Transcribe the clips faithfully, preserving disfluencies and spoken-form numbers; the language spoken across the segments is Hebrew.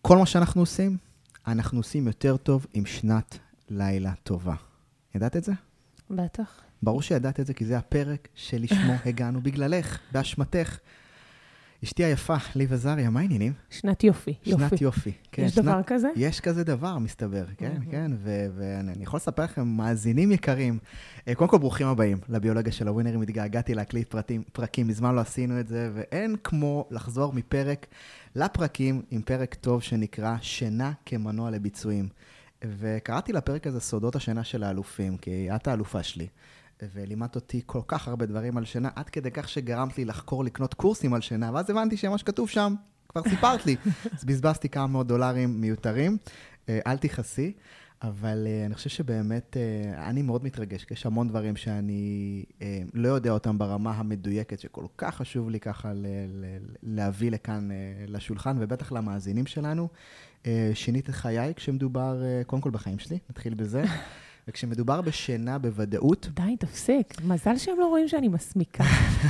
כל מה שאנחנו עושים, אנחנו עושים יותר טוב עם שנת לילה טובה. ידעת את זה? בטח. ברור שידעת את זה, כי זה הפרק שלשמו הגענו בגללך, באשמתך. אשתי היפה, ליב עזריה, מה העניינים? שנת יופי. שנת יופי. כן, יש שנת... דבר כזה? יש כזה דבר, מסתבר, כן, כן. ו- ואני יכול לספר לכם, מאזינים יקרים, קודם כל ברוכים הבאים לביולוגיה של הווינרים, התגעגעתי להקליט פרטים, פרקים, מזמן לא עשינו את זה, ואין כמו לחזור מפרק לפרקים עם פרק טוב שנקרא שינה כמנוע לביצועים. וקראתי לפרק הזה סודות השינה של האלופים, כי את האלופה שלי. ולימדת אותי כל כך הרבה דברים על שינה, עד כדי כך שגרמת לי לחקור לקנות קורסים על שינה, ואז הבנתי שמה שכתוב שם, כבר סיפרת לי. אז בזבזתי כמה מאות דולרים מיותרים, אל תיחסי, אבל אני חושב שבאמת, אני מאוד מתרגש, כי יש המון דברים שאני לא יודע אותם ברמה המדויקת, שכל כך חשוב לי ככה להביא לכאן לשולחן, ובטח למאזינים שלנו. שינית את חיי כשמדובר, קודם כל בחיים שלי, נתחיל בזה. וכשמדובר בשינה בוודאות... די, תפסיק. מזל שהם לא רואים שאני מסמיקה.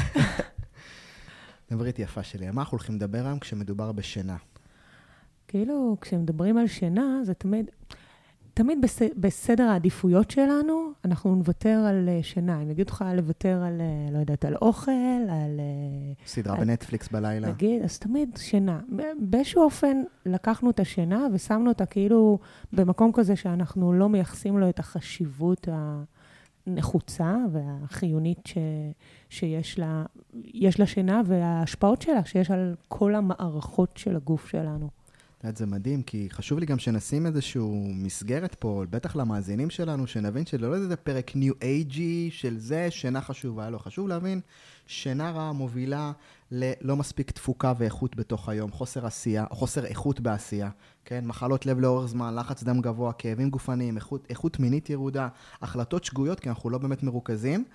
דברית יפה שלי. מה אנחנו הולכים לדבר היום כשמדובר בשינה? כאילו, כשמדברים על שינה, זה תמיד... תמיד בס... בסדר העדיפויות שלנו, אנחנו נוותר על שינה. אם נגיד לך לוותר על, לא יודעת, על אוכל, על... סדרה על... בנטפליקס בלילה. נגיד, אז תמיד שינה. באיזשהו אופן לקחנו את השינה ושמנו אותה כאילו במקום כזה שאנחנו לא מייחסים לו את החשיבות הנחוצה והחיונית ש... שיש לה, יש לה שינה וההשפעות שלה שיש על כל המערכות של הגוף שלנו. זה מדהים, כי חשוב לי גם שנשים איזשהו מסגרת פה, בטח למאזינים שלנו, שנבין שלא איזה פרק ניו אייג'י של זה, שינה חשובה, לא חשוב להבין, שינה רעה מובילה ללא מספיק תפוקה ואיכות בתוך היום, חוסר עשייה, חוסר איכות בעשייה, כן? מחלות לב לאורך זמן, לחץ דם גבוה, כאבים גופניים, איכות, איכות מינית ירודה, החלטות שגויות, כי אנחנו לא באמת מרוכזים,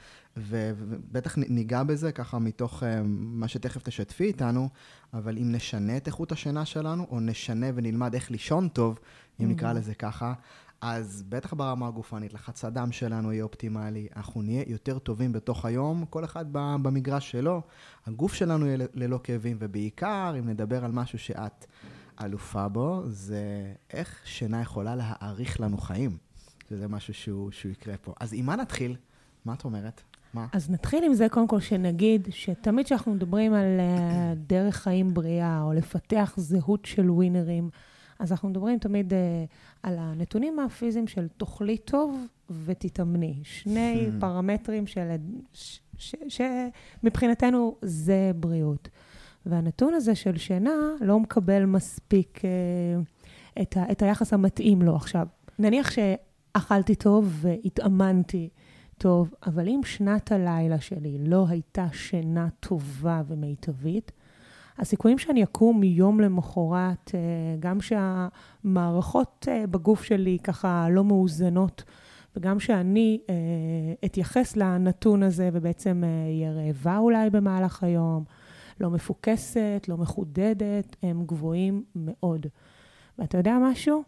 ובטח ניגע בזה ככה מתוך מה שתכף תשתפי איתנו, אבל אם נשנה את איכות השינה שלנו, או נשנה ונלמד איך לישון טוב, אם נקרא לזה ככה, אז בטח ברמה הגופנית, לחץ הדם שלנו יהיה אופטימלי, אנחנו נהיה יותר טובים בתוך היום, כל אחד במגרש שלו, הגוף שלנו יהיה ללא כאבים, ובעיקר, אם נדבר על משהו שאת אלופה בו, זה איך שינה יכולה להאריך לנו חיים. זה משהו שהוא, שהוא יקרה פה. אז עם מה נתחיל? מה את אומרת? מה? אז נתחיל עם זה קודם כל שנגיד, שתמיד שאנחנו מדברים על דרך חיים בריאה, או לפתח זהות של ווינרים, אז אנחנו מדברים תמיד uh, על הנתונים הפיזיים של תאכלי טוב ותתאמני. שני hmm. פרמטרים של, ש, ש, שמבחינתנו זה בריאות. והנתון הזה של שינה לא מקבל מספיק uh, את, ה, את היחס המתאים לו עכשיו. נניח שאכלתי טוב והתאמנתי טוב, אבל אם שנת הלילה שלי לא הייתה שינה טובה ומיטבית, הסיכויים שאני אקום מיום למחרת, גם שהמערכות בגוף שלי ככה לא מאוזנות, וגם שאני אתייחס לנתון הזה ובעצם יהיה רעבה אולי במהלך היום, לא מפוקסת, לא מחודדת, הם גבוהים מאוד. ואתה יודע משהו?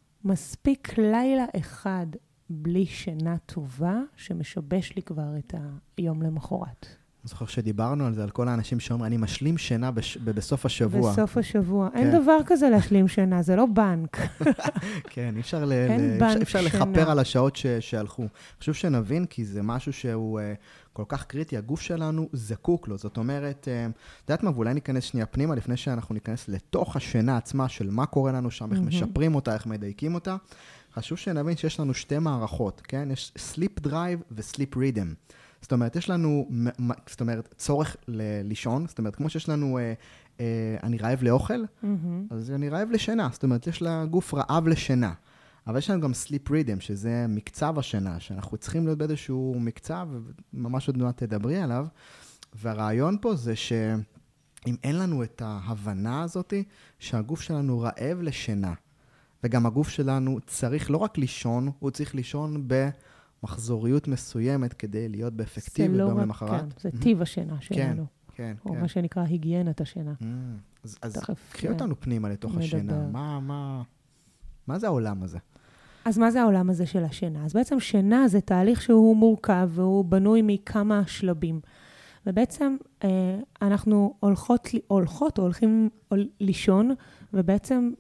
מספיק לילה אחד בלי שינה טובה שמשבש לי כבר את היום למחרת. אני זוכר שדיברנו על זה, על כל האנשים שאומרים, אני משלים שינה בש... בסוף השבוע. בסוף השבוע. כן. אין דבר כזה להשלים שינה, זה לא בנק. כן, אי אפשר, ל... ל... אפשר, אפשר לחפר על השעות ש... שהלכו. חשוב שנבין, כי זה משהו שהוא uh, כל כך קריטי, הגוף שלנו זקוק לו. זאת אומרת, uh, יודעת מה, ואולי ניכנס שנייה פנימה, לפני שאנחנו ניכנס לתוך השינה עצמה, של מה קורה לנו שם, איך משפרים אותה, איך מדייקים אותה. חשוב שנבין שיש לנו שתי מערכות, כן? יש sleep drive ו-sleep rhythm. זאת אומרת, יש לנו, זאת אומרת, צורך ל- לישון, זאת אומרת, כמו שיש לנו, אה, אה, אני רעב לאוכל, mm-hmm. אז אני רעב לשינה, זאת אומרת, יש לגוף רעב לשינה. אבל יש לנו גם sleep rhythm, שזה מקצב השינה, שאנחנו צריכים להיות באיזשהו מקצב, ממש עוד מעט תדברי עליו, והרעיון פה זה שאם אין לנו את ההבנה הזאת, שהגוף שלנו רעב לשינה, וגם הגוף שלנו צריך לא רק לישון, הוא צריך לישון ב... מחזוריות מסוימת כדי להיות באפקטיביות ביום למחרת. כן, זה טיב השינה שלנו. כן, או כן. מה שנקרא היגיינת השינה. אז קחי אותנו פנימה לתוך השינה. מה, מה, מה זה העולם הזה? אז מה זה העולם הזה של השינה? אז בעצם שינה זה תהליך שהוא מורכב, והוא בנוי מכמה שלבים. ובעצם אנחנו הולכות, הולכות או הולכים לישון, ובעצם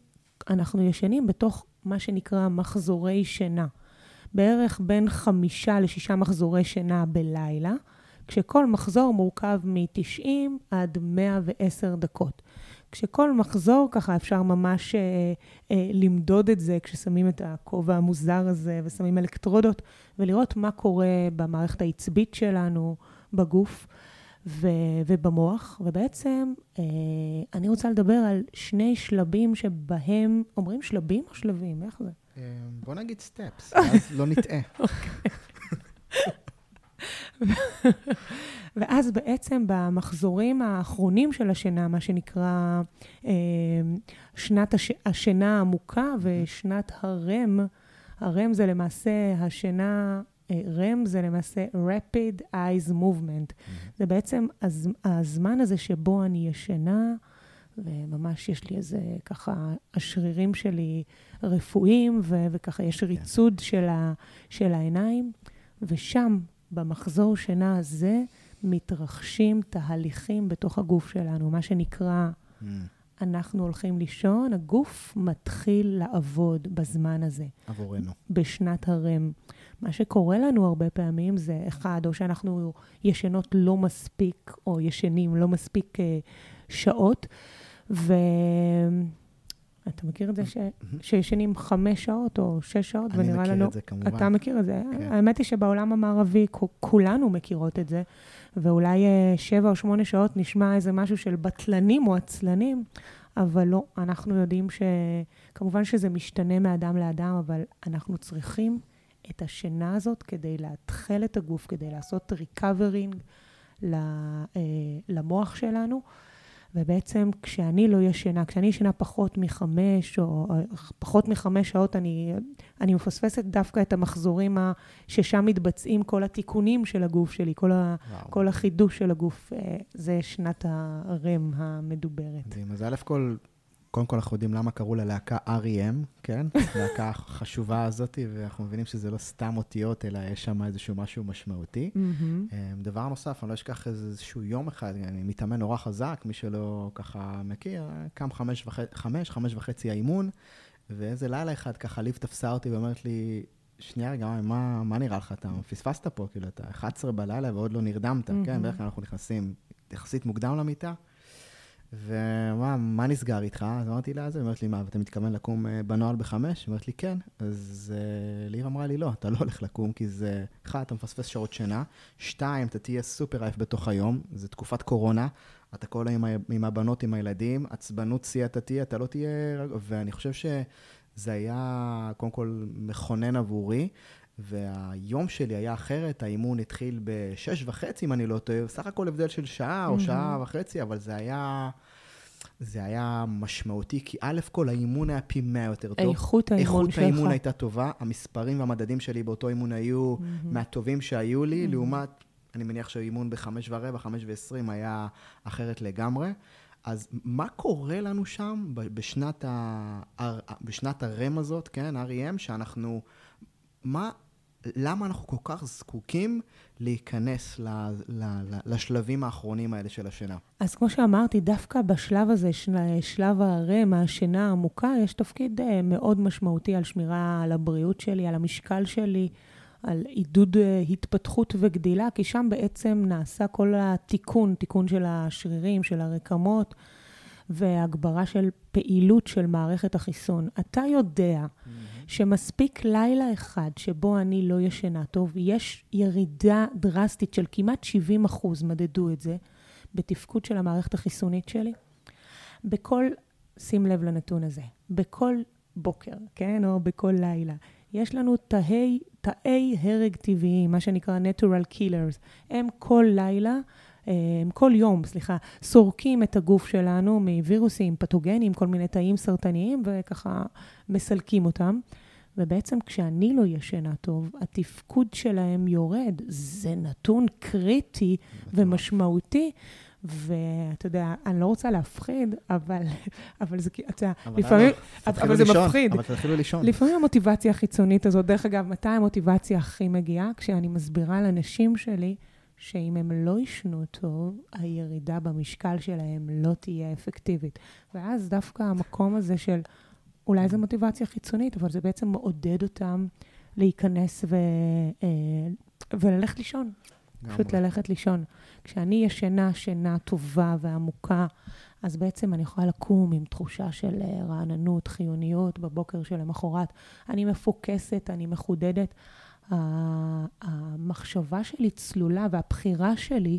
אנחנו ישנים בתוך מה שנקרא מחזורי שינה. בערך בין חמישה לשישה מחזורי שינה בלילה, כשכל מחזור מורכב מ-תשעים עד מאה ועשר דקות. כשכל מחזור, ככה אפשר ממש אה, אה, למדוד את זה, כששמים את הכובע המוזר הזה ושמים אלקטרודות, ולראות מה קורה במערכת העצבית שלנו, בגוף ו- ובמוח. ובעצם אה, אני רוצה לדבר על שני שלבים שבהם, אומרים שלבים או שלבים? איך זה? בוא נגיד סטפס, אז לא נטעה. ואז בעצם במחזורים האחרונים של השינה, מה שנקרא אה, שנת הש... השינה העמוקה ושנת הרם, הרם זה למעשה השינה, אה, רם זה למעשה Rapid Eyes Movement. Mm-hmm. זה בעצם הז... הזמן הזה שבו אני ישנה, וממש יש לי איזה ככה, השרירים שלי רפואיים, ו... וככה יש ריצוד של, ה... של העיניים, ושם במחזור שינה הזה, מתרחשים תהליכים בתוך הגוף שלנו, מה שנקרא, mm. אנחנו הולכים לישון, הגוף מתחיל לעבוד בזמן הזה. עבורנו. בשנת הרם. מה שקורה לנו הרבה פעמים זה אחד, או שאנחנו ישנות לא מספיק, או ישנים לא מספיק uh, שעות, ו... אתה מכיר את זה ש... שישנים חמש שעות או שש שעות? אני ונראה מכיר לנו... את זה כמובן. אתה מכיר את זה? כן. האמת היא שבעולם המערבי כולנו מכירות את זה, ואולי שבע או שמונה שעות נשמע איזה משהו של בטלנים או עצלנים, אבל לא, אנחנו יודעים ש... כמובן שזה משתנה מאדם לאדם, אבל אנחנו צריכים את השינה הזאת כדי להתחל את הגוף, כדי לעשות ריקאברינג למוח שלנו, ובעצם כשאני לא ישנה, כשאני ישנה פחות מחמש או פחות מחמש שעות, אני, אני מפספסת דווקא את המחזורים ששם מתבצעים כל התיקונים של הגוף שלי, כל, ה, כל החידוש של הגוף. זה שנת הרם המדוברת. אז א' כל, קודם כל אנחנו יודעים למה קראו ללהקה אר אי אם, כן? להקה חשובה הזאת, ואנחנו מבינים שזה לא סתם אותיות, אלא יש שם איזשהו משהו משמעותי. דבר נוסף, אני לא אשכח איזשהו יום אחד, אני מתאמן נורא חזק, מי שלא ככה מכיר, קם חמש, חמש, חמש וחצי האימון, ואיזה לילה אחד ככה ליב תפסה אותי ואומרת לי, שנייה רגע, מה, מה נראה לך? אתה פספסת פה, כאילו, אתה אחת עשרה בלילה ועוד לא נרדמת, כן? בערך אנחנו נכנסים יחסית מוקדם למיטה, ומה, מה נסגר איתך? אז אמרתי לה, אז היא אומרת לי, מה, ואתה מתכוון לקום בנועל בחמש? היא אומרת לי, כן. אז uh, ליב אמרה לי, לא, אתה לא הולך לקום, כי זה, אחד, אתה מפספס שעות שינה, שתיים, אתה תהיה סופר עייף בתוך היום, זה תקופת קורונה, אתה כל היום עם, עם הבנות, עם הילדים, עצבנות שיא אתה תהיה, אתה לא תהיה, ואני חושב שזה היה, קודם כל, מכונן עבורי, והיום שלי היה אחרת, האימון התחיל בשש וחצי, אם אני לא טועה, סך הכל הבדל של שעה או שעה וחצי, אבל זה היה, זה היה משמעותי, כי א' כל האימון היה פי מאה יותר טוב. איכות האימון שלך. איכות האימון הייתה טובה, המספרים והמדדים שלי באותו אימון היו מהטובים שהיו לי, לעומת, אני מניח שהאימון בחמש ורבע, חמש ועשרים היה אחרת לגמרי. אז מה קורה לנו שם בשנת, ה... בשנת הרם הזאת, כן, אר אי אם, שאנחנו, מה, למה אנחנו כל כך זקוקים להיכנס ל, ל, ל, לשלבים האחרונים האלה של השינה? אז כמו שאמרתי, דווקא בשלב הזה, שלב הרם, השינה העמוקה, יש תפקיד מאוד משמעותי על שמירה על הבריאות שלי, על המשקל שלי, על עידוד התפתחות וגדילה, כי שם בעצם נעשה כל התיקון, תיקון של השרירים, של הרקמות, והגברה של פעילות של מערכת החיסון. אתה יודע mm-hmm. שמספיק לילה אחד שבו אני לא ישנה טוב, יש ירידה דרסטית של כמעט שבעים אחוז, מדדו את זה, בתפקוד של המערכת החיסונית שלי. בכל, שים לב לנתון הזה, בכל בוקר, כן, או בכל לילה, יש לנו תאי, תאי הרג טבעיים, מה שנקרא natural killers. הם כל לילה, הם כל יום, סליחה, סורקים את הגוף שלנו מווירוסים, פתוגנים, כל מיני תאים סרטניים, וככה מסלקים אותם. ובעצם כשאני לא ישנה טוב, התפקוד שלהם יורד. זה נתון קריטי ומשמעותי, ואתה יודע, אני לא רוצה להפחיד, אבל, אבל זה, אתה, לפעמים, אבל זה מפחיד. אבל תתחילו לישון. לפעמים המוטיבציה החיצונית הזאת, דרך אגב, מתי המוטיבציה הכי מגיעה? כשאני מסבירה לאנשים שלי, שאם הם לא ישנו טוב, הירידה במשקל שלהם לא תהיה אפקטיבית. ואז דווקא המקום הזה של, אולי זו מוטיבציה חיצונית, אבל זה בעצם מעודד אותם להיכנס ו, וללכת לישון. פשוט ללכת לישון. כשאני ישנה, שינה טובה ועמוקה, אז בעצם אני יכולה לקום עם תחושה של רעננות, חיוניות בבוקר של המחרת. אני מפוקסת, אני מחודדת. המחשבה שלי צלולה והבחירה שלי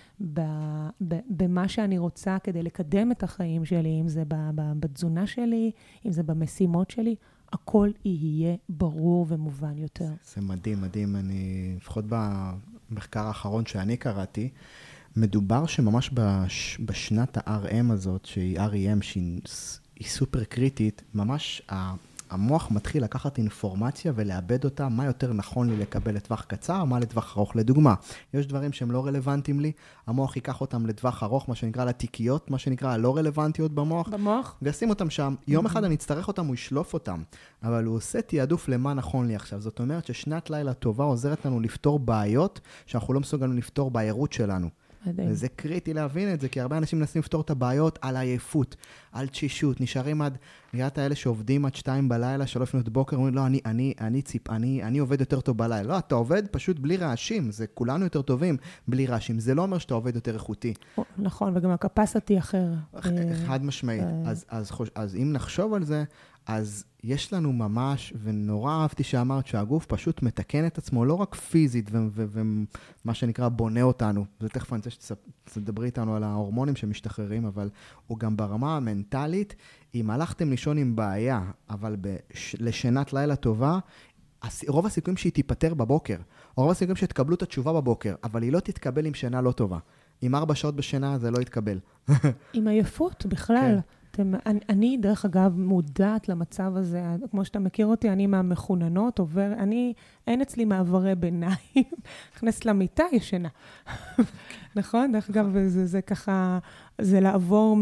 במה שאני רוצה כדי לקדם את החיים שלי, אם זה בתזונה שלי, אם זה במשימות שלי, הכל יהיה ברור ומובן יותר. זה מדהים, מדהים. אני, לפחות במחקר האחרון שאני קראתי, מדובר שממש בש, בשנת ה-אר אם הזאת, שהיא אר אי אם, שהיא סופר קריטית, ממש המוח מתחיל לקחת אינפורמציה ולאבד אותה, מה יותר נכון לי לקבל לטווח קצר, מה לטווח ארוך. לדוגמה, יש דברים שהם לא רלוונטיים לי, המוח ייקח אותם לטווח ארוך, מה שנקרא לתיקיות, מה שנקרא הלא רלוונטיות במוח. במוח? וישים אותם שם. יום אחד אני אצטרך אותם, הוא ישלוף אותם. אבל הוא עושה תיעדוף למה נכון לי עכשיו. זאת אומרת ששנת לילה טובה עוזרת לנו לפתור בעיות שאנחנו לא מסוגלים לפתור בעירות שלנו. וזה קריטי להבין את זה, כי הרבה אנשים מנסים לפתור את הבעיות על עייפות, על תשישות, נשארים עד, נראית האלה שעובדים עד שתיים בלילה, שלוש לפנות בוקר, אומרים, לא, אני, אני, אני ציפ, אני, אני עובד יותר טוב בלילה. לא, אתה עובד פשוט בלי רעשים, זה כולנו יותר טובים בלי רעשים. זה לא אומר שאתה עובד יותר איכותי. נכון, וגם הקפסיטי אחר. חד משמעית. אז, אז, אז אם נחשוב על זה, אז יש לנו ממש, ונורא אהבתי שאמרת שהגוף פשוט מתקן את עצמו, לא רק פיזית ומה שנקרא בונה אותנו. זה תכף אני רוצה שתדברי איתנו על ההורמונים שמשתחררים, אבל הוא גם ברמה המנטלית, אם הלכתם לישון עם בעיה, אבל לשנת לילה טובה, רוב הסיכויים שהיא תיפטר בבוקר, או רוב הסיכויים שתקבלו את התשובה בבוקר, אבל היא לא תתקבל עם שינה לא טובה. עם ארבע שעות בשינה זה לא יתקבל. עם עייפות בכלל. אתם, אני, אני, דרך אגב, מודעת למצב הזה. כמו שאתה מכיר אותי, אני מהמחוננות, עובר, אני, אין אצלי מעברי ביניים. נכנסת למיטה, ישנה. נכון? דרך אגב, זה, זה ככה, זה לעבור מ,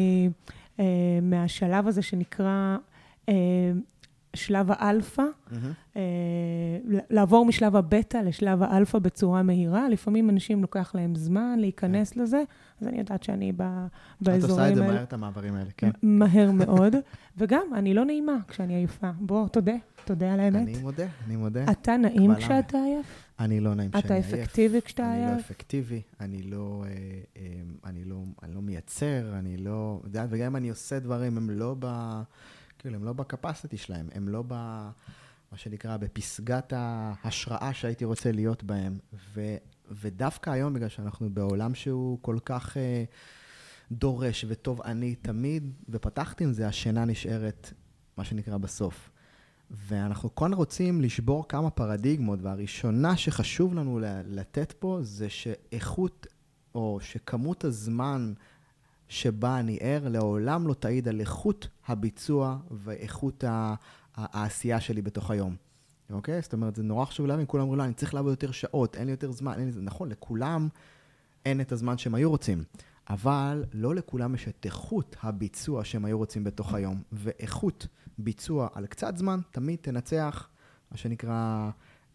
אה, מהשלב הזה שנקרא אה, שלב האלפא, mm-hmm. אה, לעבור משלב הבטא לשלב האלפא בצורה מהירה. לפעמים אנשים לוקח להם זמן להיכנס yeah. לזה, אז אני יודעת שאני בא, באזורים האלה. את עושה את זה מהר, את המעברים האלה, כן. מהר מאוד, וגם אני לא נעימה כשאני עייפה. בוא, תודה, תודה על האמת. אני מודה, אני מודה. אתה נעים כשאתה עייף? אני לא נעים כשאני עייף. אתה אפקטיבי כשאתה עייף? אני לא אפקטיבי, אני לא, אני לא, אני לא מייצר, אני לא, וגם אם אני עושה דברים, הם לא ב... כאילו, הם לא בקפסיטי שלהם, הם לא ב... מה שנקרא, בפסגת ההשראה שהייתי רוצה להיות בהם. ו, ודווקא היום, בגלל שאנחנו בעולם שהוא כל כך אה, דורש וטוב אני תמיד, ופתחתי עם זה, השינה נשארת, מה שנקרא, בסוף. ואנחנו כאן רוצים לשבור כמה פרדיגמות, והראשונה שחשוב לנו לתת פה, זה שאיכות, או שכמות הזמן שבה אני ער, לעולם לא תעיד על איכות הביצוע ואיכות העשייה שלי בתוך היום. אוקיי? זאת אומרת, זה נורא חשוב להבין, כולם אומרים, לא, אני צריך לעבוד יותר שעות, אין לי יותר זמן, אין לי... נכון, לכולם אין את הזמן שהם היו רוצים, אבל לא לכולם יש את איכות הביצוע שהם היו רוצים בתוך היום, ואיכות ביצוע על קצת זמן, תמיד תנצח, מה שנקרא,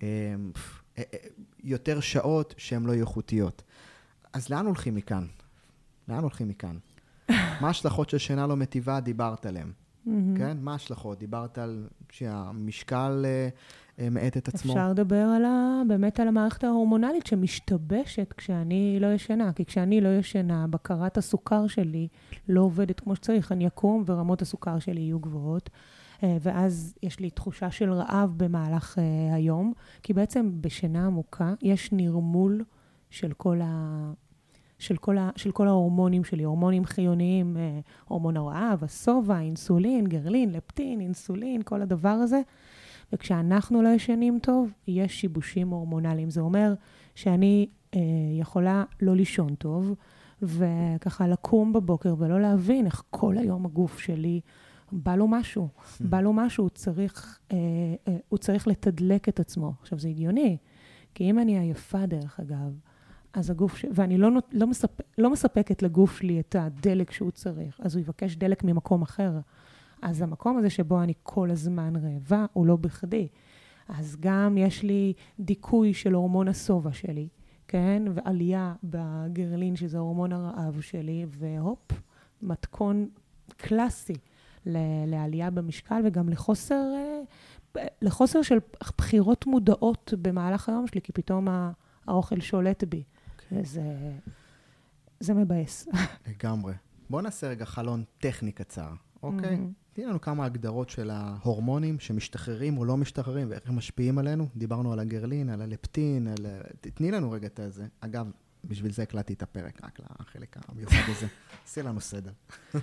יותר שעות שהן לא איכותיות. אז לאן הולכים מכאן? לאן הולכים מכאן? מה ההשלכות של שינה לא מטיבה? דיברת עליהן. כן? מה ההשלכות? דיברת על שהמשקל מעט את עצמו. אפשר לדבר על ה... באמת על המערכת ההורמונלית שמשתבשת כשאני לא ישנה. כי כשאני לא ישנה, בקרת הסוכר שלי לא עובדת כמו שצריך. אני אקום ורמות הסוכר שלי יהיו גבוהות. ואז יש לי תחושה של רעב במהלך היום. כי בעצם בשינה עמוקה יש נרמול של כל ה... של כל, ה, של כל ההורמונים שלי, הורמונים חיוניים, הורמון הרעב, הסובה, אינסולין, גרלין, לפטין, אינסולין, כל הדבר הזה. וכשאנחנו לא ישנים טוב, יש שיבושים הורמונליים. זה אומר שאני אה, יכולה לא לישון טוב, וככה לקום בבוקר ולא להבין איך כל היום הגוף שלי בא לו משהו. בא לו משהו, הוא צריך, אה, אה, הוא צריך לתדלק את עצמו. עכשיו, זה הגיוני, כי אם אני עייפה דרך אגב, אז הגוף, ש... ואני לא, לא, מספ... לא מספקת לגוף שלי את הדלק שהוא צריך, אז הוא יבקש דלק ממקום אחר. אז המקום הזה שבו אני כל הזמן רעבה, הוא לא בכדי. אז גם יש לי דיכוי של הורמון הסובה שלי, כן? ועלייה בגרלין, שזה הורמון הרעב שלי, והופ, מתכון קלאסי לעלייה במשקל וגם לחוסר, לחוסר של בחירות מודעות במהלך היום שלי, כי פתאום האוכל שולט בי. Okay. וזה זה מבאס. לגמרי. בואו נעשה רגע חלון טכני קצר, אוקיי? Mm-hmm. תני לנו כמה הגדרות של ההורמונים שמשתחררים או לא משתחררים ואיך הם משפיעים עלינו. דיברנו על הגרלין, על הלפטין, על... תני לנו רגע את זה. אגב, בשביל זה הקלטתי את הפרק, רק לחלק המיוחד הזה. עשי לנו סדר.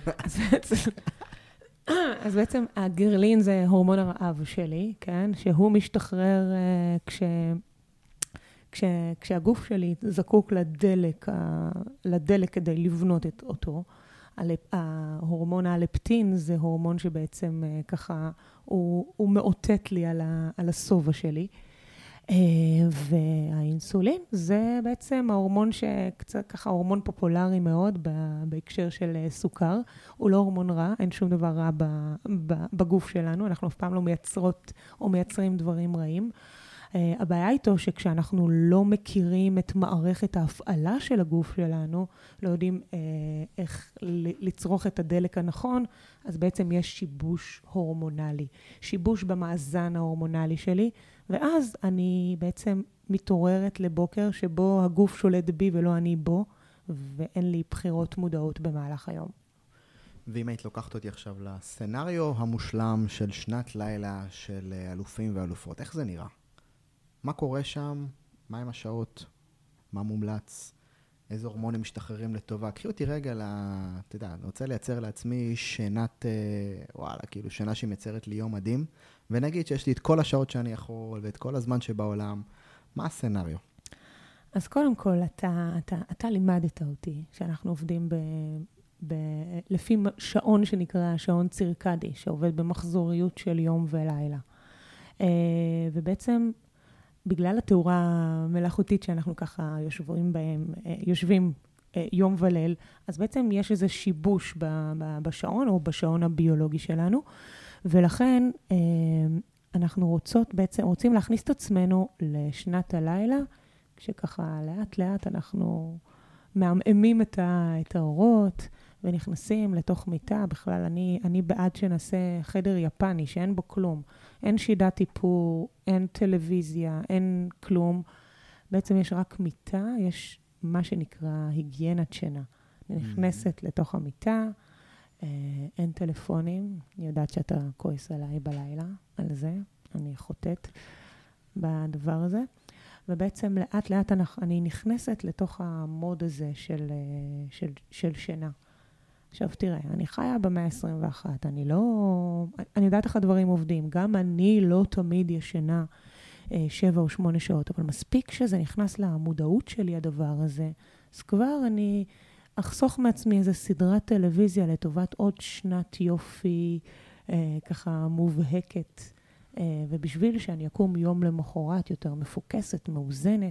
אז בעצם הגרלין זה הורמון הרעב שלי, כן? שהוא משתחרר uh, כש, כש, כשהגוף שלי זקוק לדלק, uh, לדלק כדי לבנות את אותו. ההורמון הלפטין זה הורמון שבעצם uh, ככה, הוא, הוא מאותת לי על, ה, על הסובה שלי. Uh, והאינסולין זה בעצם ההורמון שקצת ככה הורמון פופולרי מאוד בהקשר של uh, סוכר. הוא לא הורמון רע, אין שום דבר רע ב, ב, בגוף שלנו, אנחנו אף פעם לא מייצרות או מייצרים דברים רעים. Uh, הבעיה איתו שכשאנחנו לא מכירים את מערכת ההפעלה של הגוף שלנו, לא יודעים uh, איך לצרוך את הדלק הנכון, אז בעצם יש שיבוש הורמונלי, שיבוש במאזן ההורמונלי שלי, ואז אני בעצם מתעוררת לבוקר שבו הגוף שולט בי ולא אני בו, ואין לי בחירות מודעות במהלך היום. ואם היית לוקחת אותי עכשיו לסצנריו המושלם של שנת לילה של אלופים ואלופות, איך זה נראה? מה קורה שם? מה עם השעות? מה מומלץ? איזה הורמונים משתחררים לטובה? קחי אותי רגע ל... אתה יודע, אני רוצה לייצר לעצמי שנת, וואלה, כאילו שנה שמייצרת לי יום מדהים, ונגיד שיש לי את כל השעות שאני יכול, ואת כל הזמן שבעולם. מה הסצנריו? אז קודם כל, אתה, אתה, אתה לימדת אותי שאנחנו עובדים ב... ב... לפי שעון שנקרא שעון צירקדי, שעובד במחזוריות של יום ולילה. ובעצם, בגלל התאורה המלאכותית שאנחנו ככה יושבים בהם, יושבים יום וליל, אז בעצם יש איזה שיבוש בשעון או בשעון הביולוגי שלנו, ולכן אנחנו רוצות בעצם, רוצים להכניס את עצמנו לשנת הלילה, כשככה לאט לאט אנחנו מעמעמים את, ה, את האורות, ונכנסים לתוך מיטה. בכלל, אני, אני בעד שנעשה חדר יפני, שאין בו כלום. אין שידת איפור, אין טלוויזיה, אין כלום. בעצם יש רק מיטה, יש מה שנקרא היגיינת שינה. אני נכנסת לתוך המיטה, אין טלפונים. אני יודעת שאתה כועס עליי בלילה, על זה. אני חוטאת בדבר הזה. ובעצם לאט לאט אני נכנסת לתוך המוד הזה של, של, של שינה. עכשיו תראה, אני חיה במאה ה-עשרים ואחת, אני לא... אני יודעת איך הדברים עובדים. גם אני לא תמיד ישנה אה, שבע או שמונה שעות, אבל מספיק שזה נכנס למודעות שלי הדבר הזה, אז כבר אני אחסוך מעצמי איזו סדרת טלוויזיה לטובת עוד שנת יופי אה, ככה מובהקת, אה, ובשביל שאני אקום יום למחרת יותר מפוקסת, מאוזנת,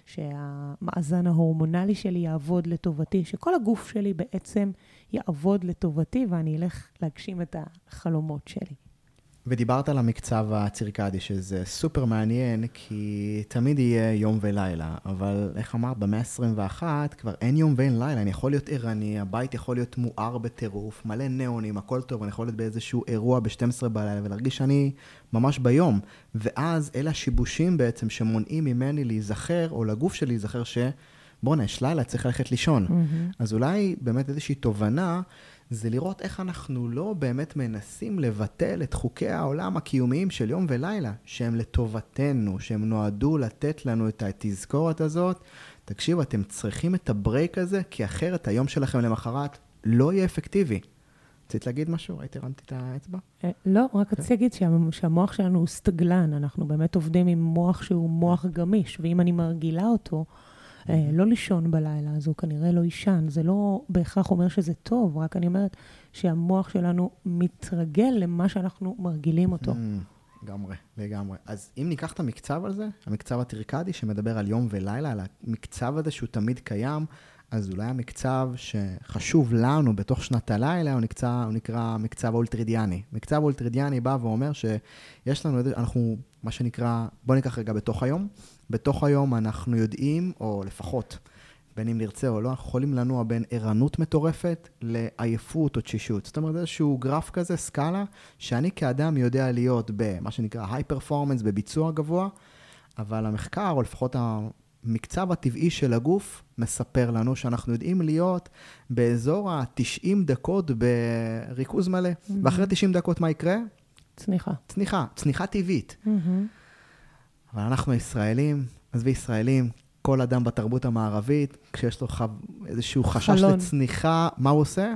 שהמאזן ההורמונלי שלי יעבוד לטובתי, שכל הגוף שלי בעצם יעבוד לטובתי, ואני אלך להגשים את החלומות שלי. ודיברת על המקצב הצירקדי, שזה סופר מעניין, כי תמיד יהיה יום ולילה, אבל איך אמרת, במאה ה-עשרים ואחת כבר אין יום ואין לילה, אני יכול להיות ערני, הבית יכול להיות מואר בטירוף, מלא נאונים, הכל טוב, אני יכול להיות באיזשהו אירוע ב-שתים עשרה בלילה, ולהרגיש שאני ממש ביום, ואז אלה השיבושים בעצם שמונעים ממני להיזכר, או לגוף שלי להיזכר ש... בוא'נה, יש לילה, צריך ללכת לישון. Mm-hmm. אז אולי באמת איזושהי תובנה, זה לראות איך אנחנו לא באמת מנסים לבטל את חוקי העולם הקיומיים של יום ולילה, שהם לטובתנו, שהם נועדו לתת לנו את התזכורת הזאת. תקשיבו, אתם צריכים את הברייק הזה, כי אחרת היום שלכם למחרת לא יהיה אפקטיבי. רצית להגיד משהו? ראית, הרמתי את האצבע? לא, רק רציתי להגיד שהמוח שלנו הוא סטגלן, אנחנו באמת עובדים עם מוח שהוא מוח גמיש, ואם אני מרגילה אותו, לא לישון בלילה, אז הוא כנראה לא ישן. זה לא בהכרח אומר שזה טוב, רק אני אומרת שהמוח שלנו מתרגל למה שאנחנו מרגילים אותו. לגמרי, לגמרי. אז אם ניקח את המקצב הזה, המקצב הטירקדי שמדבר על יום ולילה, על המקצב הזה שהוא תמיד קיים, אז אולי המקצב שחשוב לנו בתוך שנת הלילה, הוא נקרא, הוא נקרא מקצב האולטרידיאני. מקצב האולטרידיאני בא ואומר שיש לנו, אנחנו, מה שנקרא, בוא ניקח רגע בתוך היום, בתוך היום אנחנו יודעים, או לפחות בין אם נרצה או לא, אנחנו יכולים לנוע בין ערנות מטורפת לעייפות או תשישות. זאת אומרת, איזשהו גרף כזה, סקאלה, שאני כאדם יודע להיות במה שנקרא high performance, בביצוע גבוה, אבל המחקר, או לפחות המקצב הטבעי של הגוף, מספר לנו שאנחנו יודעים להיות באזור ה-תשעים דקות בריכוז מלא. Mm-hmm. ואחרי תשעים דקות מה יקרה? צניחה. צניחה, צניחה טבעית. Mm-hmm. אבל אנחנו ישראלים, עזבי ישראלים, כל אדם בתרבות המערבית, כשיש לו חב... איזשהו חשש חלון. לצניחה, מה הוא עושה?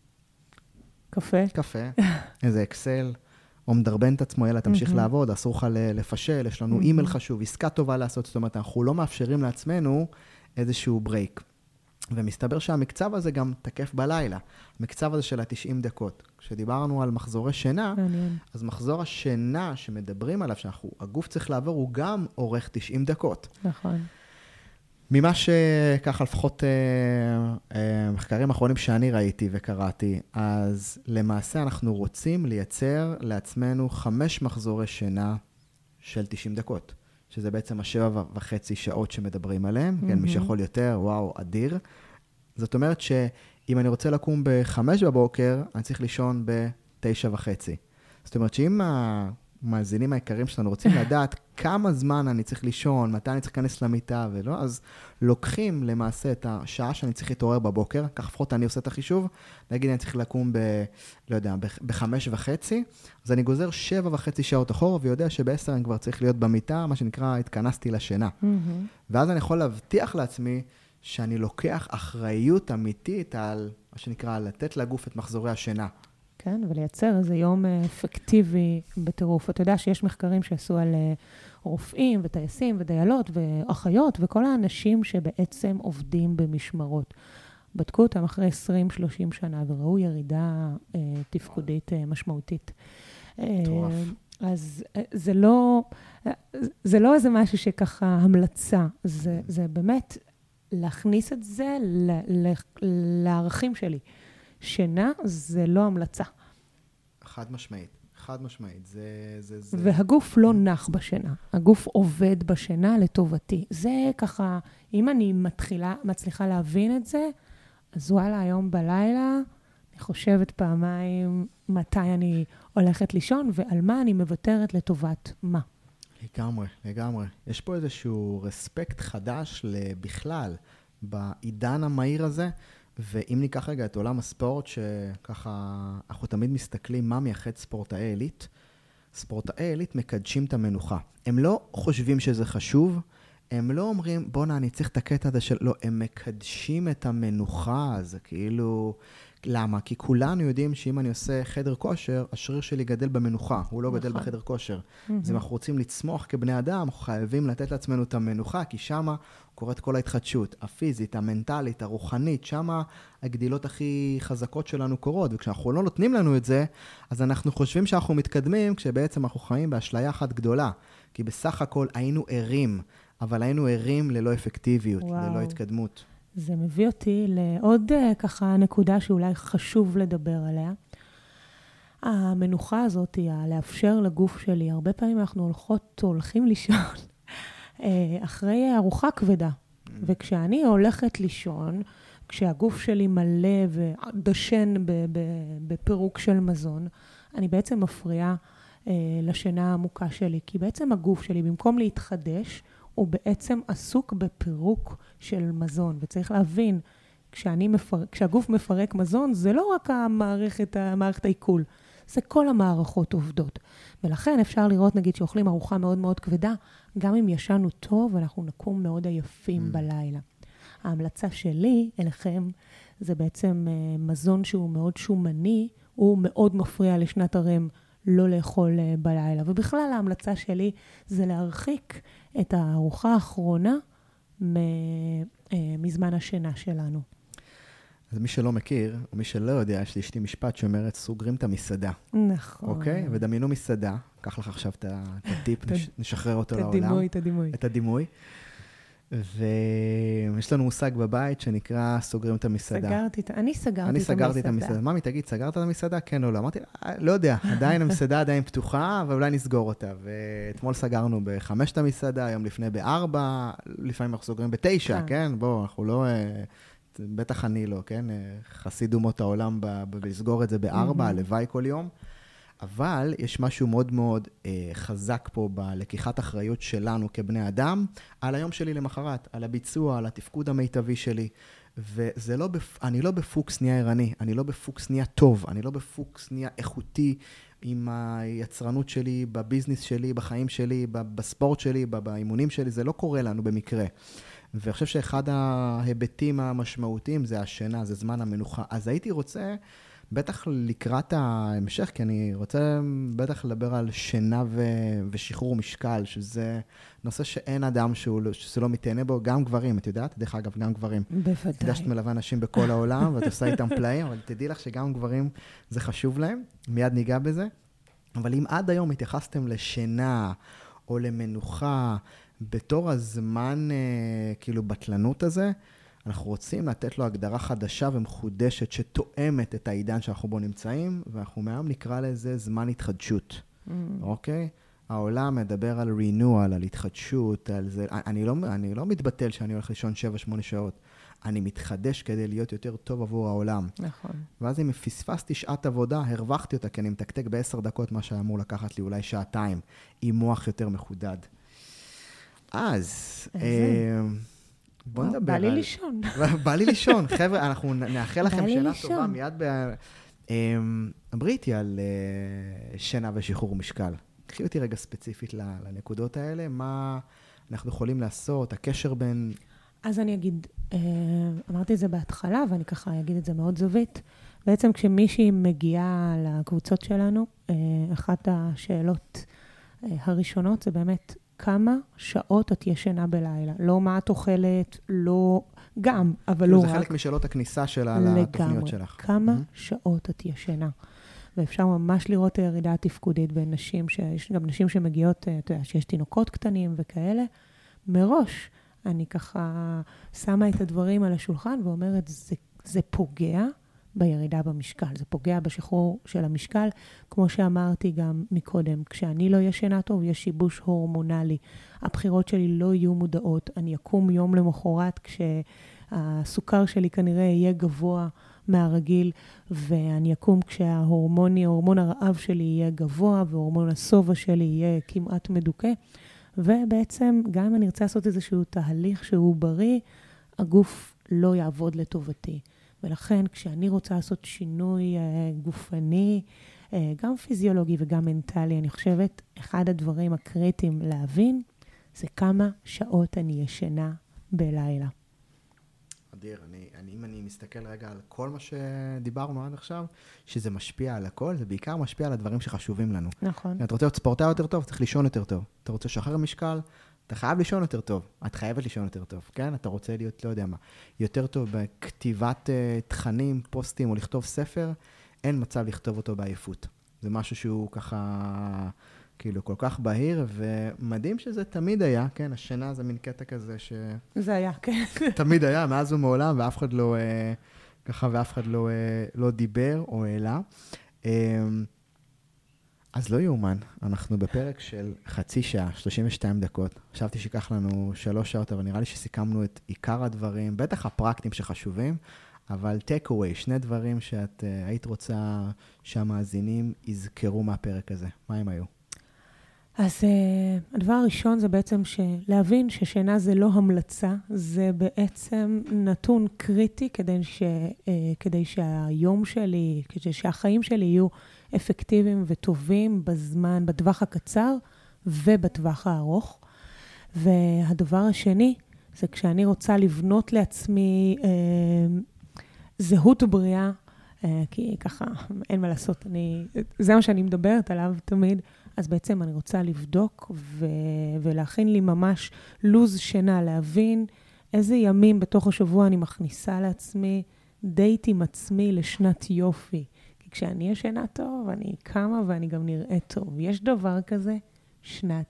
קפה. קפה, איזה אקסל, או מדרבן את עצמו, יאללה, תמשיך mm-hmm. לעבוד, אסור לך לפשל, יש לנו mm-hmm. אימייל חשוב, עסקה טובה לעשות, זאת אומרת, אנחנו לא מאפשרים לעצמנו איזשהו ברייק. ומסתבר שהמקצב הזה גם תקף בלילה. המקצב הזה של ה-תשעים דקות. כשדיברנו על מחזורי שינה, מעניין. אז מחזור השינה שמדברים עליו, שהגוף צריך לעבור, הוא גם אורך תשעים דקות. נכון. ממה שככה לפחות אה, אה, מחקרים האחרונים שאני ראיתי וקראתי, אז למעשה אנחנו רוצים לייצר לעצמנו חמש מחזורי שינה של תשעים דקות. שזה בעצם השבע וחצי שעות שמדברים עליהם, mm-hmm. כן, מי שיכול יותר, וואו, אדיר. זאת אומרת שאם אני רוצה לקום בחמש בבוקר, אני צריך לישון בתשע וחצי. זאת אומרת שאם המאזינים העיקרים שלנו רוצים לדעת כמה זמן אני צריך לישון, מתי אני צריך להיכנס למיטה ולא, אז לוקחים למעשה את השעה שאני צריך להתעורר בבוקר, כך לפחות אני עושה את החישוב, נגיד אני צריך לקום ב, לא יודע, בחמש וחצי, אז אני גוזר שבע וחצי שעות אחורה, ויודע שבעשר אני כבר צריך להיות במיטה, מה שנקרא, התכנסתי לשינה. Mm-hmm. ואז אני יכול להבטיח לעצמי שאני לוקח אחריות אמיתית על, מה שנקרא, לתת לגוף את מחזורי השינה. כן, ולייצר איזה יום אפקטיבי בטירוף. אתה יודע שיש מחקרים שעשו על רופאים וטייסים ודיילות ואחיות וכל האנשים שבעצם עובדים במשמרות. בדקו אותם אחרי עשרים שלושים שנה וראו ירידה אה, תפקודית אה, משמעותית. מטורף. אה, אז אה, זה לא, אה, זה לא איזה משהו שככה המלצה, זה, זה באמת להכניס את זה ל, ל, לערכים שלי. שינה זה לא המלצה. חד משמעית, חד משמעית. זה, זה, זה... והגוף לא נח בשינה. הגוף עובד בשינה לטובתי. זה ככה, אם אני מתחילה, מצליחה להבין את זה, אז וואלה, היום בלילה, אני חושבת פעמיים מתי אני הולכת לישון, ועל מה אני מוותרת לטובת מה. לגמרי, לגמרי. יש פה איזשהו רספקט חדש בכלל, בעידן המהיר הזה, ואם ניקח רגע את עולם הספורט, שככה אנחנו תמיד מסתכלים מה מייחד ספורטאי עילית, ספורטאי עילית מקדשים את המנוחה. הם לא חושבים שזה חשוב, הם לא אומרים, בוא נה, אני צריך את הקטע הזה של... לא, הם מקדשים את המנוחה, זה כאילו... למה? כי כולנו יודעים שאם אני עושה חדר כושר, השריר שלי גדל במנוחה, הוא לא גדל בחדר כושר. אז אם אנחנו רוצים לצמוח כבני אדם, אנחנו חייבים לתת לעצמנו את המנוחה, כי שמה קורית כל ההתחדשות, הפיזית, המנטלית, הרוחנית, שמה הגדילות הכי חזקות שלנו קורות, וכשאנחנו לא נותנים לנו את זה, אז אנחנו חושבים שאנחנו מתקדמים, כשבעצם אנחנו חיים באשליה אחת גדולה, כי בסך הכל היינו ערים, אבל היינו ערים ללא אפקטיביות, וואו. ללא התקדמות. זה מביא אותי לעוד uh, ככה נקודה שאולי חשוב לדבר עליה. המנוחה הזאת היא לאפשר לגוף שלי, הרבה פעמים אנחנו הולכות, הולכים לישון אחרי ארוחה כבדה. וכשאני הולכת לישון, כשהגוף שלי מלא ודשן בפירוק של מזון, אני בעצם מפריעה uh, לשינה העמוקה שלי, כי בעצם הגוף שלי, במקום להתחדש, הוא בעצם עסוק בפירוק של מזון, וצריך להבין, כשאני מפר... כשהגוף מפרק מזון, זה לא רק המערכת, המערכת העיכול, זה כל המערכות עובדות. ולכן אפשר לראות, נגיד, שאוכלים ארוחה מאוד מאוד כבדה, גם אם ישנו טוב, אנחנו נקום מאוד עייפים mm. בלילה. ההמלצה שלי אליכם, זה בעצם uh, מזון שהוא מאוד שומני, הוא מאוד מפריע לשנת הרם לא לאכול uh, בלילה. ובכלל ההמלצה שלי זה להרחיק את הארוחה האחרונה מזמן השינה שלנו. אז מי שלא מכיר, או מי שלא יודע, יש לי אשתי משפט שאומרת, סוגרים את המסעדה. נכון. אוקיי? ודמיינו מסעדה, קח לך עכשיו את הטיפ, נשחרר אותו לעולם. את הדימוי, את הדימוי. את הדימוי. ויש לנו מושג בבית שנקרא סוגרים את המסעדה. סגרתי את, אני סגרתי את המסעדה. אני סגרתי את המסעדה. ממי, תגיד, סגרת את המסעדה? כן או לא? אמרתי, לא יודע, עדיין המסעדה עדיין פתוחה, אבל אולי נסגור אותה. ואתמול סגרנו בחמשת המסעדה, היום לפני בארבע, לפעמים אנחנו סוגרים בתשע, כן? בואו, אנחנו לא, בטח אני לא, כן? חסיד אומות העולם בלסגור את זה בארבע, הלוואי כל יום. אבל יש משהו מאוד מאוד אה, חזק פה בלקיחת אחריות שלנו כבני אדם, על היום שלי למחרת, על הביצוע, על התפקוד המיטבי שלי. וזה לא, בפ... אני לא בפוקס נהיה ערני, אני לא בפוקס נהיה טוב, אני לא בפוקס נהיה איכותי עם היצרנות שלי, בביזנס שלי, בחיים שלי, בספורט שלי, באימונים שלי, זה לא קורה לנו במקרה. ואני חושב שאחד ההיבטים המשמעותיים זה השינה, זה זמן המנוחה. אז הייתי רוצה... בטח לקראת ההמשך, כי אני רוצה בטח לדבר על שינה ו- ושחרור משקל, שזה נושא שאין אדם שהוא, שזה לא מתענה בו, גם גברים, את יודעת? דרך אגב, גם גברים. בוודאי. אתה יודע שאת מלווה אנשים בכל העולם, ואת עושה איתם פלאים, אבל תדעי לך שגם גברים זה חשוב להם, מיד ניגע בזה. אבל אם עד היום התייחסתם לשינה או למנוחה, בתור הזמן, כאילו, בטלנות הזה, אנחנו רוצים לתת לו הגדרה חדשה ומחודשת שתואמת את העידן שאנחנו בו נמצאים, ואנחנו מהיום נקרא לזה זמן התחדשות. Mm. אוקיי? העולם מדבר על renewal, על התחדשות, על זה. אני לא, אני לא מתבטל שאני הולך לישון שבע שמונה שעות. אני מתחדש כדי להיות יותר טוב עבור העולם. נכון. ואז אם פספסתי שעת עבודה, הרווחתי אותה, כי אני מתקתק בעשר דקות מה שאמור לקחת לי אולי שעתיים, עם מוח יותר מחודד. אז... בוא נדבר. בא לי לישון. בא לי לישון. חבר'ה, אנחנו נאחל לכם שינה טובה מיד ב... אמרי איתי על שינה ושחרור משקל. קחי אותי רגע ספציפית לנקודות האלה, מה אנחנו יכולים לעשות, הקשר בין... אז אני אגיד, אמרתי את זה בהתחלה, ואני ככה אגיד את זה מאוד זווית. בעצם כשמישהי מגיעה לקבוצות שלנו, אחת השאלות הראשונות זה באמת... כמה שעות את ישנה בלילה. לא מה את אוכלת, לא... גם, אבל לא רק... זה חלק משאלות הכניסה שלה לתוכניות שלך. כמה שעות את ישנה. ואפשר ממש לראות הירידה התפקודית בין נשים, שיש גם נשים שמגיעות, אתה יודע, שיש תינוקות קטנים וכאלה. מראש, אני ככה שמה את הדברים על השולחן ואומרת, זה, זה פוגע בירידה במשקל. זה פוגע בשחרור של המשקל. כמו שאמרתי גם מקודם, כשאני לא ישנה טוב, יש שיבוש הורמונלי. הבחירות שלי לא יהיו מודעות. אני אקום יום למחרת כשהסוכר שלי כנראה יהיה גבוה מהרגיל, ואני אקום כשההורמוני, ההורמון הרעב שלי יהיה גבוה, וההורמון הסובה שלי יהיה כמעט מדוכא. ובעצם גם אם אני רוצה לעשות איזשהו תהליך שהוא בריא, הגוף לא יעבוד לטובתי. ולכן, כשאני רוצה לעשות שינוי uh, גופני, uh, גם פיזיולוגי וגם מנטלי, אני חושבת, אחד הדברים הקריטיים להבין, זה כמה שעות אני ישנה בלילה. אדיר, אני, אני, אם אני מסתכל רגע על כל מה שדיברנו עד עכשיו, שזה משפיע על הכל, זה בעיקר משפיע על הדברים שחשובים לנו. נכון. אתה רוצה להיות ספורטאי יותר טוב, צריך לישון יותר טוב. אתה רוצה לשחרר משקל, אתה חייב לישון יותר טוב. את חייבת לישון יותר טוב, כן? אתה רוצה להיות, לא יודע מה, יותר טוב בכתיבת uh, תכנים, פוסטים או לכתוב ספר, אין מצב לכתוב אותו בעייפות. זה משהו שהוא ככה, כאילו, כל כך בהיר, ומדהים שזה תמיד היה, כן? השינה זה מין קטע כזה ש... זה היה, כן. תמיד היה, מאז ומעולם, ואף אחד לא, uh, ככה, ואף אחד לא, uh, לא דיבר או העלה. Um, אז לא יאומן, אנחנו בפרק של חצי שעה, שלושים ושתיים דקות. חשבתי שיקח לנו שלוש שעות, אבל נראה לי שסיכמנו את עיקר הדברים, בטח הפרקטים שחשובים, אבל take away, שני דברים שאת uh, היית רוצה שהמאזינים יזכרו מהפרק הזה. מה הם היו? אז uh, הדבר הראשון זה בעצם להבין ששינה זה לא המלצה, זה בעצם נתון קריטי כדי, ש, uh, כדי שהיום שלי, כדי שהחיים שלי יהיו אפקטיביים וטובים בזמן, בטווח הקצר ובטווח הארוך. והדבר השני זה כשאני רוצה לבנות לעצמי uh, זהות בריאה, uh, כי ככה אין מה לעשות, אני, זה מה שאני מדברת עליו תמיד, אז בעצם אני רוצה לבדוק ו- ולהכין לי ממש לוז שינה, להבין איזה ימים בתוך השבוע אני מכניסה לעצמי דייט עם עצמי לשנת יופי. כי כשאני ישנה טוב, אני קמה ואני גם נראה טוב. יש דבר כזה, שנת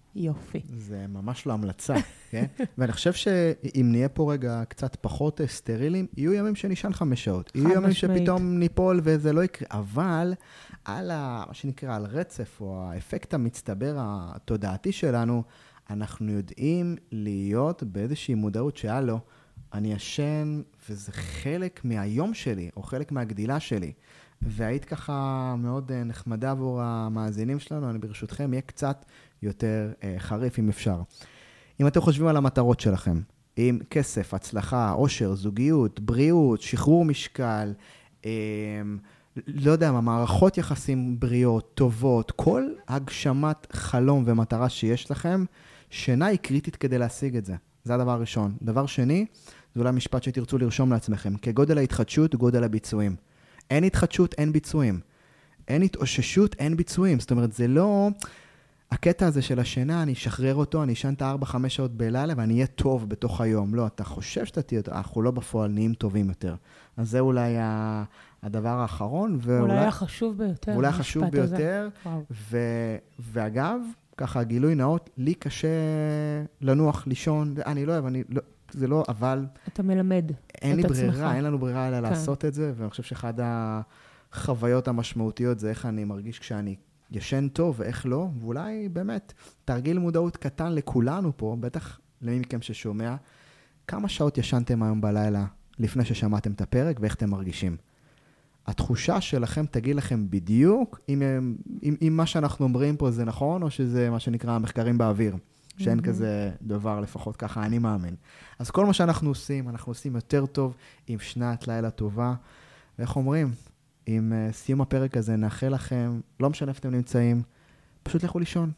יופי. זה ממש לא המלצה, כן? ואני חושב שאם נהיה פה רגע קצת פחות סטרילים, יהיו ימים שנשען חמש שעות. יהיו ימים שפתאום ניפול וזה לא יקרה. אבל על ה, מה שנקרא, על רצף או האפקט המצטבר התודעתי שלנו, אנחנו יודעים להיות באיזושהי מודעות שהלו, אני ישן וזה חלק מהיום שלי, או חלק מהגדילה שלי. והיית ככה מאוד נחמדה עבור המאזינים שלנו, אני ברשותכם אהיה קצת יותר אה, חריף אם אפשר. אם אתם חושבים על המטרות שלכם, עם כסף, הצלחה, עושר, זוגיות, בריאות, שחרור משקל, אה, לא יודע מה, מערכות יחסים בריאות, טובות, כל הגשמת חלום ומטרה שיש לכם, שינה היא קריטית כדי להשיג את זה. זה הדבר הראשון. דבר שני, זה אולי משפט שתרצו לרשום לעצמכם, כגודל ההתחדשות, גודל הביצועים. אין התחדשות, אין ביצועים. אין התאוששות, אין ביצועים. זאת אומרת, זה לא... הקטע הזה של השינה, אני אשחרר אותו, אני אשן את ארבע חמש שעות בלילה, ואני אהיה טוב בתוך היום. לא, אתה חושב שאתה תהיה, אנחנו לא בפועל נהיים טובים יותר. אז זה אולי הדבר האחרון. אולי החשוב ביותר. אולי החשוב ביותר. ו... ואגב, ככה, גילוי נאות, לי קשה לנוח, לישון, אני לא אוהב, אני לא... זה לא, אבל... אתה מלמד את עצמך. אין לי ברירה, אין לנו ברירה אלא לעשות את זה, ואני חושב שאחד החוויות המשמעותיות זה איך אני מרגיש כשאני ישן טוב ואיך לא, ואולי באמת תרגיל מודעות קטן לכולנו פה, בטח למי מכם ששומע, כמה שעות ישנתם היום בלילה לפני ששמעתם את הפרק ואיך אתם מרגישים. התחושה שלכם תגיד לכם בדיוק אם, אם, אם מה שאנחנו אומרים פה זה נכון, או שזה מה שנקרא המחקרים באוויר. שאין כזה דבר, לפחות ככה אני מאמין. אז כל מה שאנחנו עושים, אנחנו עושים יותר טוב עם שנת לילה טובה. ואיך אומרים? עם uh, סיום הפרק הזה נאחל לכם, לא משנה איפה אתם נמצאים, פשוט לכו לישון.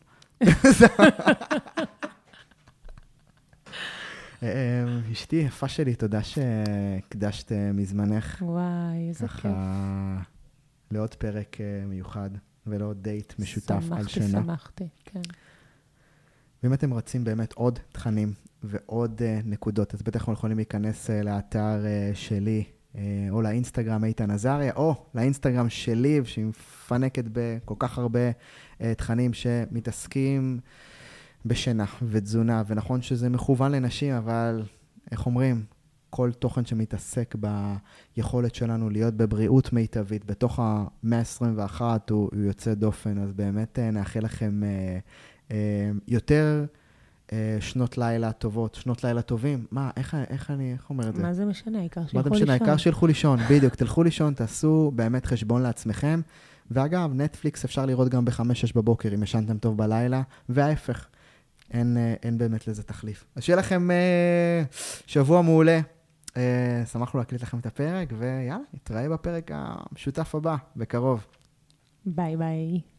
אשתי יפה שלי, תודה שהקדשת מזמנך. וואי, איזה כיף. ככה לעוד פרק מיוחד ולעוד דייט משותף על שינה. שמחתי, שמחתי, כן. ואם אתם רצים באמת עוד תכנים ועוד uh, נקודות, אז בטח יכולים להיכנס uh, לאתר uh, שלי, uh, או לאינסטגרם איתן עזריה, או לאינסטגרם שלי, שהיא מפנקת בכל כך הרבה uh, תכנים שמתעסקים בשינה ותזונה, ונכון שזה מכוון לנשים, אבל איך אומרים? כל תוכן שמתעסק ביכולת שלנו להיות בבריאות מיטבית, בתוך ה-מאה עשרים ואחת הוא, הוא יוצא דופן, אז באמת uh, נאחל לכם... Uh, יותר שנות לילה טובות, שנות לילה טובים. מה, איך, איך אני, איך אומר את זה? מה זה משנה? העיקר שילכו לישון. מה זה משנה? העיקר שילכו לישון, בדיוק. תלכו לישון, תעשו באמת חשבון לעצמכם. ואגב, נטפליקס אפשר לראות גם בחמש שש בבוקר, אם ישנתם טוב בלילה, וההפך. אין, אין באמת לזה תחליף. אז שיהיה לכם שבוע מעולה. שמחנו להקליט לכם את הפרק, ויאללה, נתראה בפרק המשותף הבא, בקרוב. ביי ביי.